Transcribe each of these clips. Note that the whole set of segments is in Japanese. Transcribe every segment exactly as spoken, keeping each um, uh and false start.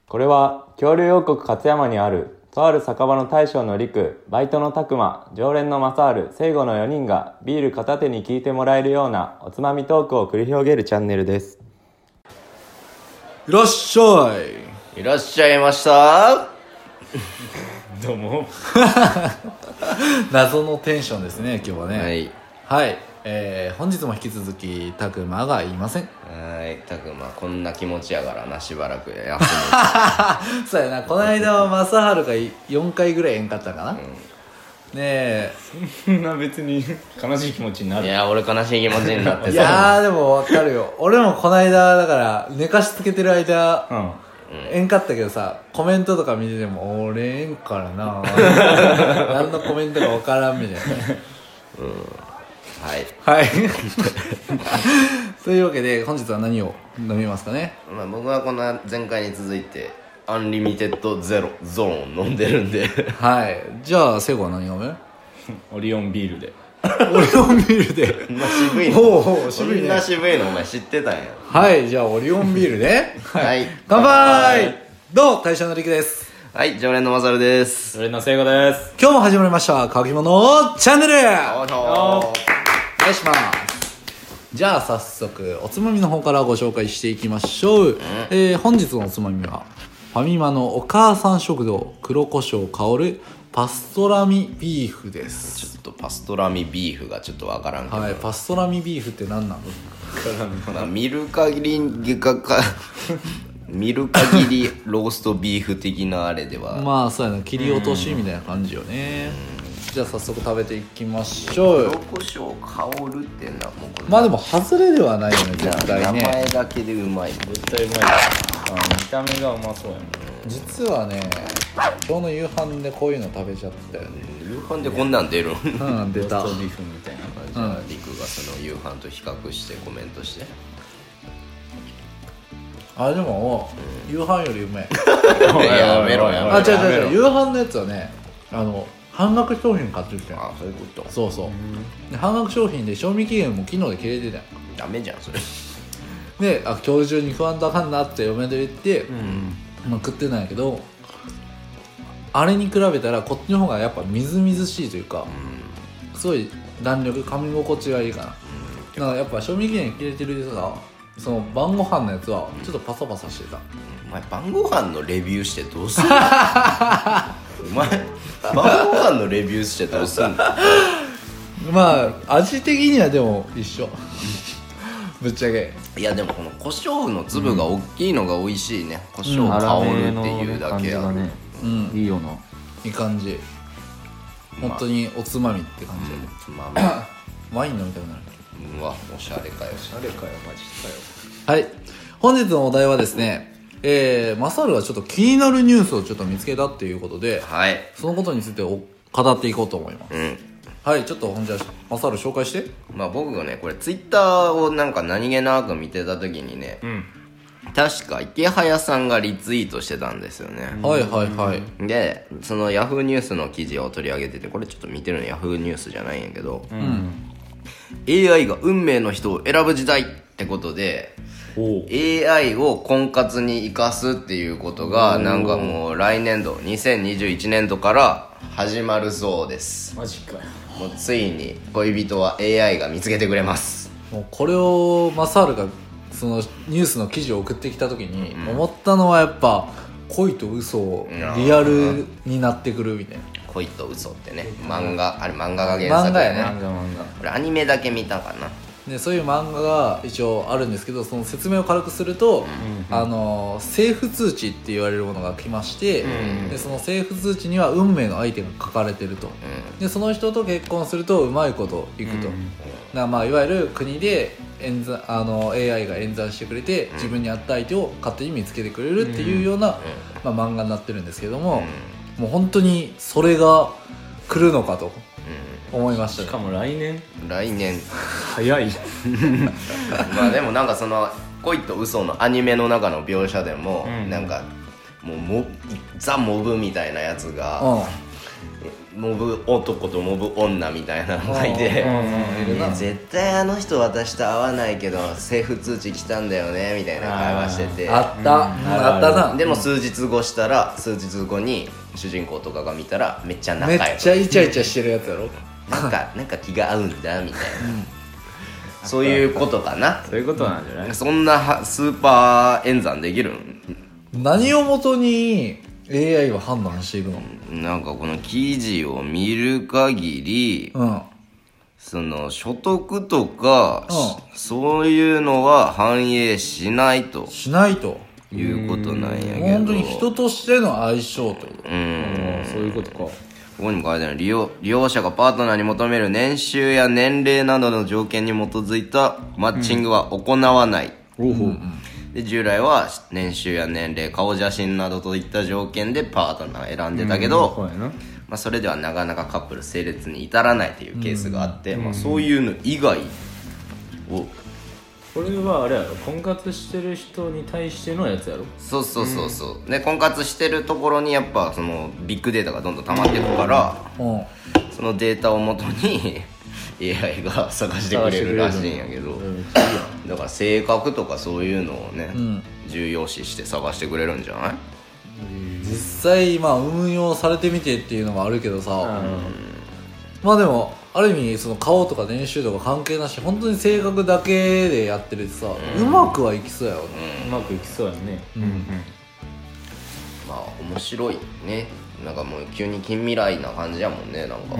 これは恐竜王国勝山にあるとある酒場の大将の陸、バイトの拓磨、常連の正治、聖護のよにんがビール片手に聞いてもらえるようなおつまみトークを繰り広げるチャンネルです。 いらっしゃいいらっしゃいましたどうも謎のテンションですね今日はね。 はいはい、えー、本日も引き続きたくまがいません。 はいたくまこんな気持ちやからな、しばらく休むそうやな、この間は正治がよんかいぐらいえんかったかな、うん、ねえそんな別に悲しい気持ちになる。 いや俺悲しい気持ちになってさいやーでも分かるよ。俺もこの間だから寝かしつけてる間、うんえんかったけどさ、コメントとか見てても俺えんからな何のコメントか分からんみたいな、 うんはいはいというわけで本日は何を飲みますかね。 まあ、僕はこの前回に続いてアンリミテッドゼロゾーン飲んでるんではい。じゃあセゴは何飲む？ オリオンビールでオリオンビールでまあ渋いのほうほう渋いね。 こんな渋いのお前知ってたんや。 はい、じゃあオリオンビールではい、はい、 乾杯。どうも大将のりくです。 はい常連のまさるです。 常連の聖護です。 今日も始まりました乾き物チャンネルお願いします。じゃあ早速おつまみの方からご紹介していきましょう、うんえー、本日のおつまみはファミマのお母さん食堂黒胡椒香るパストラミビーフです。 ちょっとパストラミビーフがちょっとわからんけど、 はい、パストラミビーフって何なの？ まあ、見る限りがか見る限りローストビーフ的なあれではまあそうやな、切り落としみたいな感じよね。じゃあ早速食べていきましょう。 黒胡椒香るってな、もうこれまあでも外れではないよね絶対ね。 名前だけでうまい。 絶対うまい。あ見た目がうまそうやもん。 実はね今日の夕飯でこういうの食べちゃったよね。 夕飯でこんなん出るうん出た。 ローストビーフみたいな感じ。 じゃあリクがその夕飯と比較してコメントして。 あでも、うん、夕飯よりうめえやめろやめろ。 あ違う違う違う、夕飯のやつはねあの半額商品買ってきたよ。 あそういうこと。 そうそうで半額商品で賞味期限も昨日で切れてたよ。 ダメじゃんそれであ今日中に不安とあかんなって嫁と言って、うんまあ、食ってないんやけどあれに比べたらこっちの方がやっぱみずみずしいというか、うん、すごい弾力噛み心地がいいかな、うん、だからやっぱ賞味期限切れてるさその晩ご飯のやつはちょっとパサパサしてた、うん、 お前晩ご飯のレビューしてどうすんのお前晩ご飯のレビューしてどうすんのまあ味的にはでも一緒ぶっちゃけ。 いやでもこの胡椒の粒が大きいのが美味しいね、うん、胡椒香るっていうだけある、ねうん、 いいよな。 いい感じ、まあ、本当におつまみって感じで、うん、つまみワイン飲みたくなる。 うわおしゃれかよ。おしゃれかよマジかよ。 はい、本日のお題はですね、えー、マサルがちょっと気になるニュースをちょっと見つけたっていうことで、 はい、 そのことについてお語っていこうと思います。うん、はい、ちょっとほんじゃマサル紹介して。 まあ僕がねこれツイッターをなんか何気なく見てた時にね、うん、確か池早さんがリツイートしてたんですよね。 はいはいはい。 でそのヤフーニュースの記事を取り上げてて、これちょっと見てるのヤフーニュースじゃないんやけど、うん、エーアイ が運命の人を選ぶ時代ってことで エーアイ を婚活に生かすっていうことがなんかもう来年度にせんにじゅういちねんどから始まるそうです。 マジかよ。 もうついに恋人は エーアイ が見つけてくれます。 もうこれをマサールがそのニュースの記事を送ってきた時に思ったのはやっぱ恋と嘘をリアルになってくるみたいな。 恋と嘘ってね漫画、あれ漫画が原作だよね。 漫画漫画。俺アニメだけ見たかな。 でそういう漫画が一応あるんですけど、その説明を軽くすると、うん、あの政府通知って言われるものが来まして、うん、でその政府通知には運命の相手が書かれてると、うん、でその人と結婚するとうまいこといくと、うん、だからまあいわゆる国で演算あの エーアイ が演算してくれて、うん、自分に合った相手を勝手に見つけてくれるっていうような、うんまあ、漫画になってるんですけども、うん、もう本当にそれが来るのかと思いましたね。 しかも来年来年早いまあでもなんかその恋と嘘のアニメの中の描写でも、うん、なんかもうモザ・モブみたいなやつが、 モブ男とモブ女みたいなのがいて、いや絶対あの人私と会わないけど政府通知来たんだよねみたいな会話してて、 あった、うん、あったな。 でも数日後したら数日後に主人公とかが見たらめっちゃ仲良く、 めっちゃイチャイチャしてるやつやろ。 なんかなんか気が合うんだみたいな、うん、そういうことかな。 そういうことなんじゃない？ そんなスーパー演算できるん？ 何をもとに エーアイ は判断しているの？ なんかこの記事を見る限り、 うん、 その所得とか、うん、そういうのは反映しないとしないということなんやけど、 本当に人としての相性ってこと。 うん、そういうことか。 ここにも書いてある利用、利用者がパートナーに求める年収や年齢などの条件に基づいたマッチングは行わない、うんうん、で従来は年収や年齢、顔写真などといった条件でパートナーを選んでたけど、うん、まあ、それではなかなかカップル成立に至らないというケースがあって、うん、まあ、そういうの以外を、 これはあれやろ、婚活してる人に対してのやつやろ。 そうそうそうそう、うん、で婚活してるところにやっぱそのビッグデータがどんどん溜まっていくから、うん、そのデータをもとにエーアイ が探してくれるらしいんやけど、だから性格とかそういうのをね、うん、重要視して探してくれるんじゃない？ 実際まあ運用されてみてっていうのもあるけどさ、うん、まあでもある意味その顔とか年収とか関係なし、本当に性格だけでやってるとさ、うん、うまくはいきそうやよね、 うん、うまくいきそうやね、うんうん、 まあ面白いね。なんかもう急に近未来な感じやもんね、なんか、うん、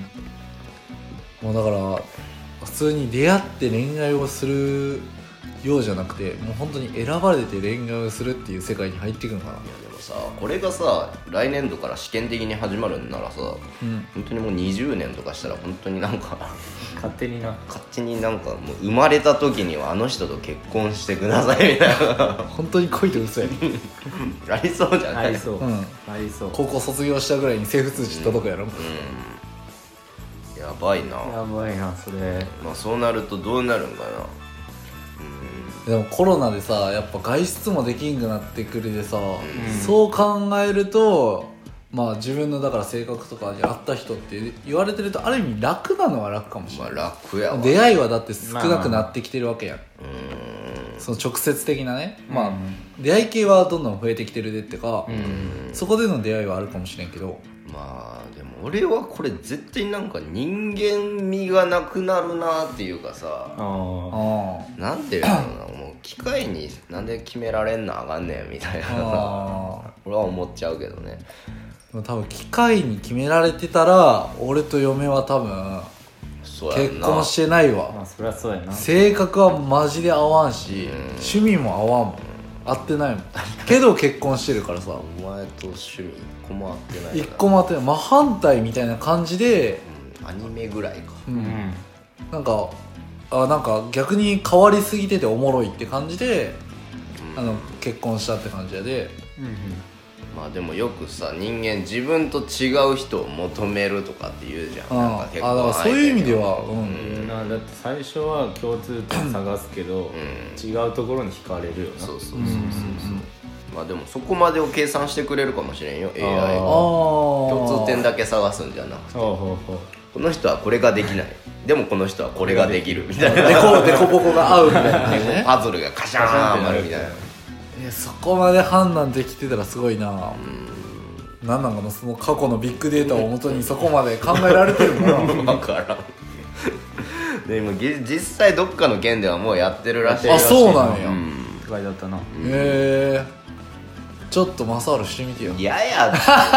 もうだから普通に出会って恋愛をするようじゃなくて、もう本当に選ばれて恋愛をするっていう世界に入っていくのかな。 いやでもさ、これがさ来年度から試験的に始まるんならさ、うん、本当にもうにじゅうねんとかしたら本当になんか勝手にな勝手になんかもう生まれた時にはあの人と結婚してくださいみたいな本当に恋と嘘やねありそうじゃない？ ありそう、うん、ありそう。 高校卒業したぐらいに政府通知届くやろ、うんうん、 やばいな。 やばいなそれ。 まあそうなるとどうなるんかな。 でもコロナでさ、やっぱ外出もできんくなってくるでさ、うん、そう考えるとまあ自分のだから性格とかに合った人って言われてると、ある意味楽なのは楽かもしれない、 まあ、楽やわ。 出会いはだって少なくなってきてるわけやん、まあまあ、その直接的なね、まあ出会い系はどんどん増えてきてるでってか、そこでの出会いはあるかもしれんけど、 まあでも俺はこれ絶対なんか人間味がなくなるなっていうかさ、あなんていうのかな、もう機械になんで決められんなあかんねんみたいな俺は思っちゃうけどね。 多分機械に決められてたら俺と嫁は多分結婚してないわ。 まあそりゃそうやな。 性格はマジで合わんし、趣味も合わんもん、合ってないもんけど結婚してるからさ。 お前と趣味一個も合ってないから一個も合ってない、真反対みたいな感じで、 うん、アニメぐらいか、 うんうん、なんかあなんか逆に変わりすぎてておもろいって感じで、うん、あの結婚したって感じやで、うんうん、 まあでもよくさ人間自分と違う人を求めるとかって言うじゃん、うん、なんか結構あだからそういう意味では、うんうん、なだって最初は共通点探すけど、うん、違うところに惹かれるよな。 そうそうそうそうそう、うんうんうん、まあでもそこまでを計算してくれるかもしれんよ エーアイ が。共通点だけ探すんじゃなくて、この人はこれができない、でもこの人はこれができるみたいな、 デコデコボコが合うみたいなねパズルがカシャーンってなるみたいな。 いやそこまで判断できてたらすごいな。うん、なんなんかな、その過去のビッグデータをもとにそこまで考えられてるのかな。 分からんでも実際どっかの県ではもうやってるらしい。 あ、そうなんや。 意外だったな。へえー、ちょっとマサールしてみてよ。 いやや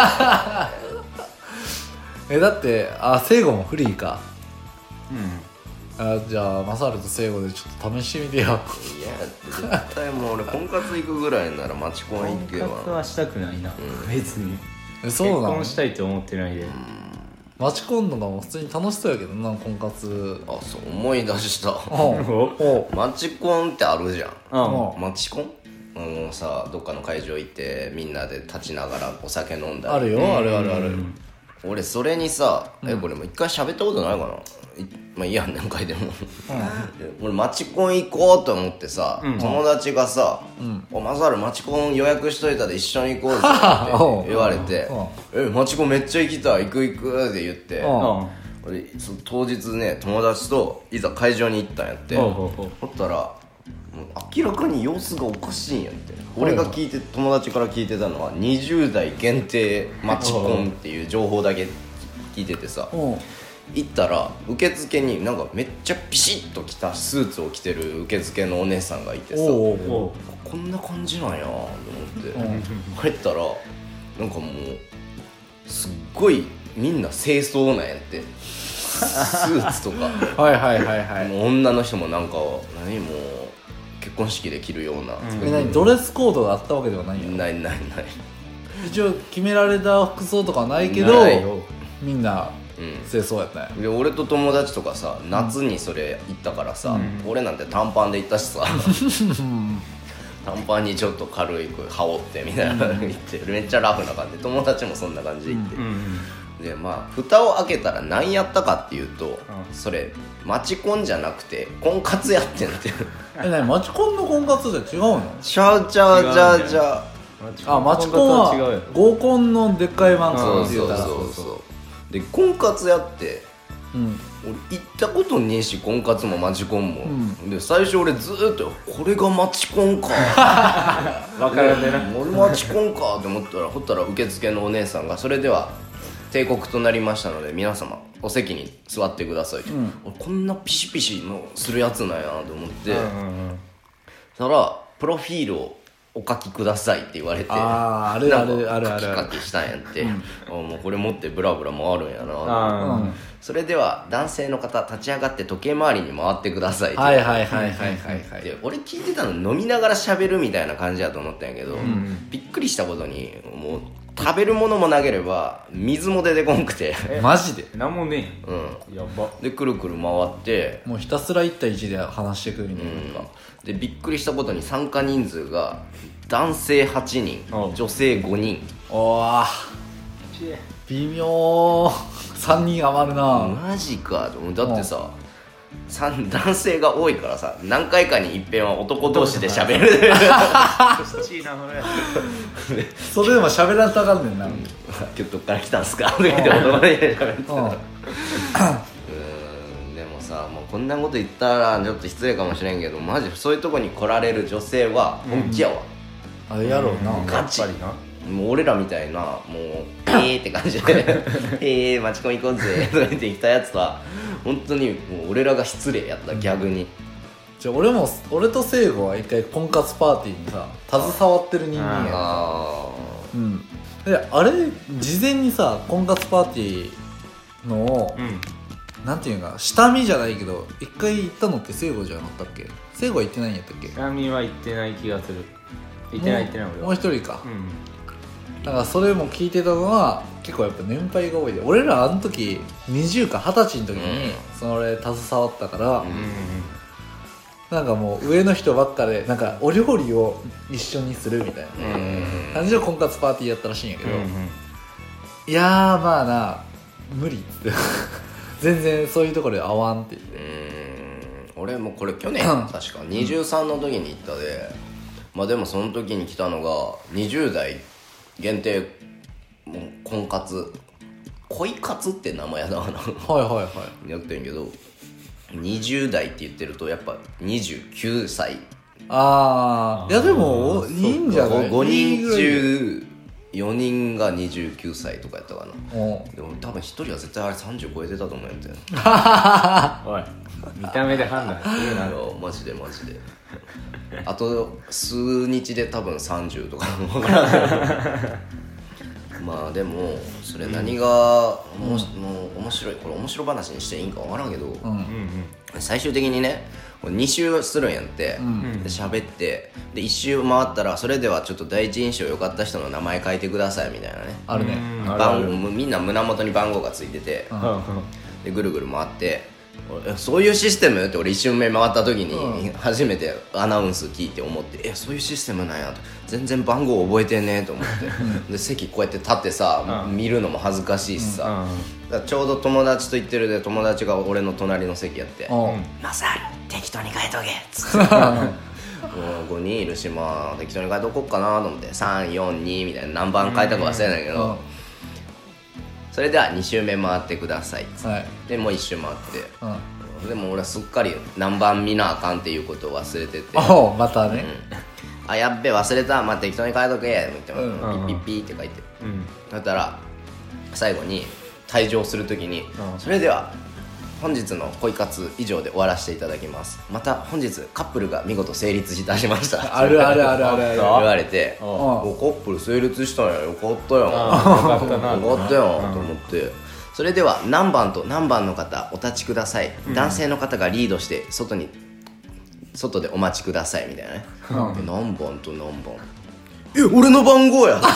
えだってあ聖子もフリーか。うん、あじゃあマサールと聖子でちょっと試してみてよ。いや絶対もう俺婚活行くぐらいならマチコン行けば。 婚活はしたくないな、うん、別に。 そうなの。 結婚したいって思ってないで、うん、 マチコンとかも普通に楽しそうやけどな、婚活。 あそう思い出したマチコンってあるじゃん。マチコンあのさどっかの会場行ってみんなで立ちながらお酒飲んだりあるよ、あるあるある、うん、 俺それにさ、うん、えこれもう一回喋ったことないかな、まあいいや何回でも、うん、俺マチコン行こうと思ってさ、うん、友達がさ「うん、おマサルマチコン予約しといたで一緒に行こうぜ」って言われて「えマチコンめっちゃ行きたい行く行く」って言って俺そ当日ね友達といざ会場に行ったんやってほったらもう明らかに様子がおかしいんやって。俺が聞いて友達から聞いてたのはにじゅう代限定マチコンっていう情報だけ聞いててさ、行ったら受付になんかめっちゃピシッと着たスーツを着てる受付のお姉さんがいてさ、こんな感じなんやと思って入ったらなんかもうすっごいみんな清掃なんやって。スーツとかはいはいはいはい、 もう女の人もなんか何もう結婚式で着るような、 うん、え何ドレスコードがあったわけではないんや。 ないないない。 一応決められた服装とかはないけどみんな清掃やったんや、 うん、で俺と友達とかさ夏にそれ行ったからさ、うん、俺なんて短パンで行ったしさ短パンにちょっと軽い羽織ってみたいなの行って、うん、めっちゃラフな感じで友達もそんな感じで行って、うんうん、でまあ蓋を開けたら何やったかっていうと、うん、それマチコンじゃなくて婚活やってんってえ何マチコンの婚活じゃ違うの？ ちゃうちゃうちゃうちゃう。 あマチコンは合コンのでっかい版そうそうそうそうで婚活やって、うん、俺行ったことねえし婚活もマチコンも、うん、で最初俺ずーっとこれがマチコンか分からんでな俺マチコンかって思ったらほったら受付のお姉さんがそれでは定刻となりましたので皆様お席に座ってくださいと、うん、俺こんなピシピシのするやつなんやなと思って、うんうんうん、そしたらプロフィールをお書きくださいって言われてああるあるあるある書き書きしたんやって、うん、あもうこれ持ってブラブラ回るんやな、うん、それでは男性の方立ち上がって時計回りに回ってくださいってはいはいはいはいはいはいで俺聞いてたの飲みながら喋るみたいな感じだと思ったんやけど、うん、びっくりしたことにもう食べるものもなければ水も出てこんくてマジでなんもねえうんやばでくるくる回ってもうひたすらいち対いちで話してくるみたいな、うん、 でびっくりしたことに参加人数が男性はちにん女性ごにんおわ微妙さんにん余るなマジかだってさ男性が多いからさ何回かに一遍は男同士で喋るそれでも喋らんとあかんねんな今日どっから来たんすかって言って男で喋ってたうんでもさもうこんなこと言ったらちょっと失礼かもしれんけどマジそういうとこに来られる女性は本気やわ、 うん、あれやろうなガチやっぱりなもう俺らみたいなもうえーって感じでえーマチコン行こうぜとか言って行ったやつは本当にもう俺らが失礼やった、逆にじゃあ俺も俺と聖吾は一回婚活パーティーにさ携わってる人間やあうんであれ事前にさ婚活パーティーの、うん、なんていうか下見じゃないけど一回行ったのって聖吾じゃなかったっけ？聖吾は行ってないんやったっけ？ 下見は行ってない気がする。行ってない行ってない俺はもう一人か、うんだからそれも聞いてたのは結構やっぱ年配が多いで俺らあの時にじゅうかはたちの時にそれ携わったから、うん、なんかもう上の人ばっかでなんかお料理を一緒にするみたいな、うん、感じの婚活パーティーやったらしいんやけど、うん、いやーまあな無理っつって全然そういうところで合わんって言って、 うん俺もこれ去年確かにじゅうさんの時に行ったで、まあでもその時に来たのがにじゅう代限定もう婚活恋活って名前やなはいはいはいやってんけどにじゅう代って言ってるとやっぱにじゅうきゅうさいああいやでもいいんじゃないごにん中よにんがにじゅうきゅうさいとかやったかなでも多分ひとりは絶対あれさんじゅう超えてたと思うんだよおい見た目で判断するなマジでマジであと数日で多分さんじゅうとか分からないまあでもそれ何がおも、うん、もう面白いこれ面白話にしていいんか分からんけど、うん、最終的にねに周するんやって、うん、で喋ってでいち周回ったらそれではちょっと第一印象良かった人の名前書いてくださいみたいなねあるね番号みんな胸元に番号がついてて、うん、でぐるぐる回ってえそういうシステムって俺一瞬目回った時に初めてアナウンス聞いて思ってえそういうシステムなんやと全然番号覚えてんねと思ってで席こうやって立ってさ、うん、見るのも恥ずかしいしさ、うん、だからちょうど友達と行ってるで友達が俺の隣の席やって「マサール適当に書いとけ」っつってもうごにんいるしまあ適当に書いとこっかなと思ってさんよんにみたいな何番書いたか忘れないけど、うんうん、それではに周目回ってください、はい、でもういち周回って、うん、でも俺はすっかり何番見なあかんっていうことを忘れてておまたね、 うん、あやっべ忘れた、まあ、適当に書いとけって言って、うん、ピッピッピーって書いて、うん、だったら最後に退場するときに、うん、それでは本日の恋活以上で終わらせていただきます。また本日カップルが見事成立いたしましたあるあるあるあるある言われておカップル成立したんやよかったよよかったなよかったよと思ってそれでは何番と何番の方お立ちください、うん、男性の方がリードして外に外でお待ちくださいみたいなね、うん、何番と何番え俺の番号や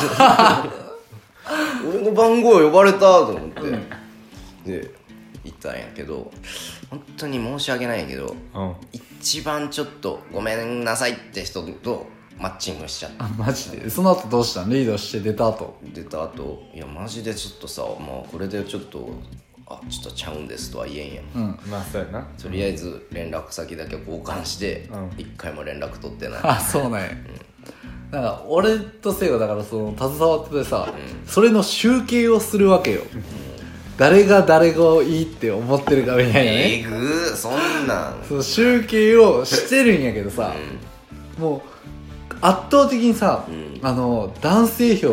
俺の番号呼ばれたと思って、うん、で行ったんやけど本当に申し訳ないんやけど、うん、一番ちょっとごめんなさいって人とマッチングしちゃった。 あマジでその後どうしたんリードして出た後出た後いやマジでちょっとさまあこれでちょっとあちょっとちゃうんですとは言えんやん、 うん、まあそうやなとりあえず連絡先だけ交換して一、うん、回も連絡取ってないあそうなんや、うん、なんか俺とせいはだからその携わっててさ、うん、それの集計をするわけよ、うん誰が誰がいいって思ってるかみたいなねえぐーそんなんその集計をしてるんやけどさ、うん、もう圧倒的にさ、うん、あの男性票って、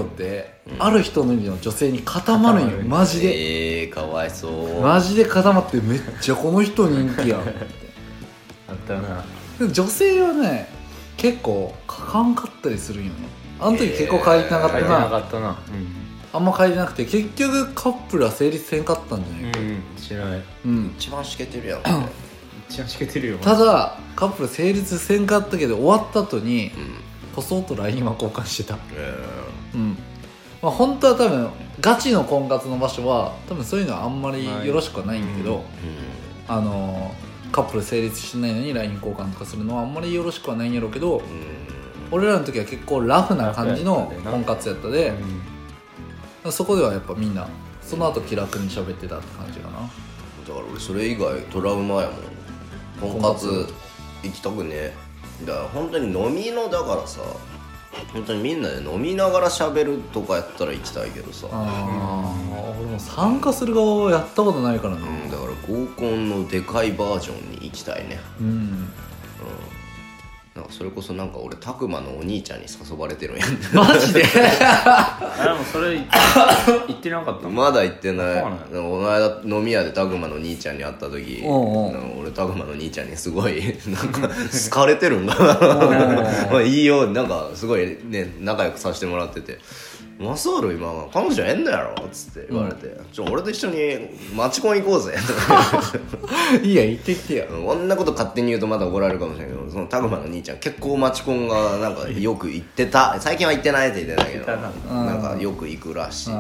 うん、ある人のみの女性に固まるんよマジでえー、かわいそうマジで固まってめっちゃこの人人気やんあったな女性はね結構書かんかったりするんよねあの時結構書いてなかったな、えー、書いてなかったな、うんあんま書いてなくて結局カップルは成立せんかったんじゃないか、 うん知らない、 うん、 一番しけてるやん一番しけてるよただカップル成立せんかったけど終わった後に、うん、ポソッと ライン は交換してた、えーうんまあ、本当は多分ガチの婚活の場所は多分そういうのはあんまりよろしくはないんだけど、うんうん、あのカップル成立してないのに ライン 交換とかするのはあんまりよろしくはないんやろうけど、うん、俺らの時は結構ラフな感じの婚活やったで、うん、そこではやっぱみんなその後気楽に喋ってたって感じかな。だから俺それ以外トラウマやもん。婚活行きたくねえ。だから本当に飲みのだからさ、本当にみんなで飲みながら喋るとかやったら行きたいけどさ。 ああ、俺も参加する側はやったことないからね、 うん、だから合コンのでかいバージョンに行きたいね。うん、うん、なんかそれこそなんか俺タクマのお兄ちゃんに誘われてるんや。 マジで？ あでもそれ言ってなかったの？ まだ言ってない。この間飲み屋でタクマの兄ちゃんに会った時、おうおう俺タクマの兄ちゃんにすごいなんか好かれてるんかな。まあいいよ、なんかすごいね仲良くさせてもらってて。マサール今彼女えんのやろっつって言われて、うん、ちょ俺と一緒にマチコン行こうぜいいや行ってきてや。 こんなこと勝手に言うとまだ怒られるかもしれないけど、そのタグマの兄ちゃん結構マチコンがなんかよく行ってた。最近は行ってないって言ってたけどなんかよく行くらしい、うん、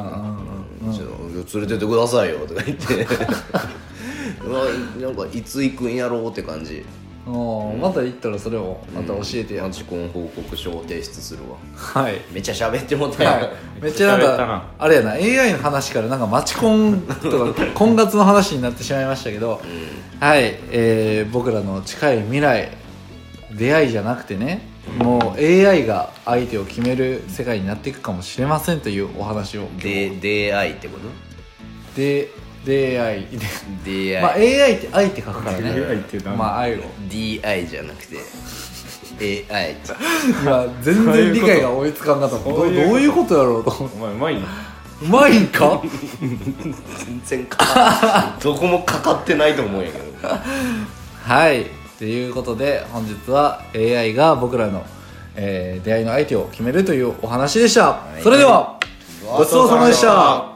ちょっと連れてってくださいよとか言ってなんかいつ行くんやろうって感じ。 おまた行ったらそれをまた教えてや、 うん、マチコン報告書を提出するわ。 はいめっちゃ喋ってもったよ、はい、 めっちゃなんかあれやな エーアイ の話からなんかマチコンとか婚活の話になってしまいましたけど、うん、はい、えー、僕らの近い未来出会いじゃなくてね、もう エーアイ が相手を決める世界になっていくかもしれませんというお話を。 で出会いってことで出会い出会い、 まあ エーアイ って愛って書くからね。 出会いってまあ愛をディーアイ じゃなくて エーアイ今全然理解が追いつかんかった。どういうことやろうと。 お前うまいな。 うまいんか全然かかどこもかかってないと思うんやけどはいということで本日は エーアイ が僕らの、えー、出会いの相手を決めるというお話でした、はい、それではごちそうさまでした。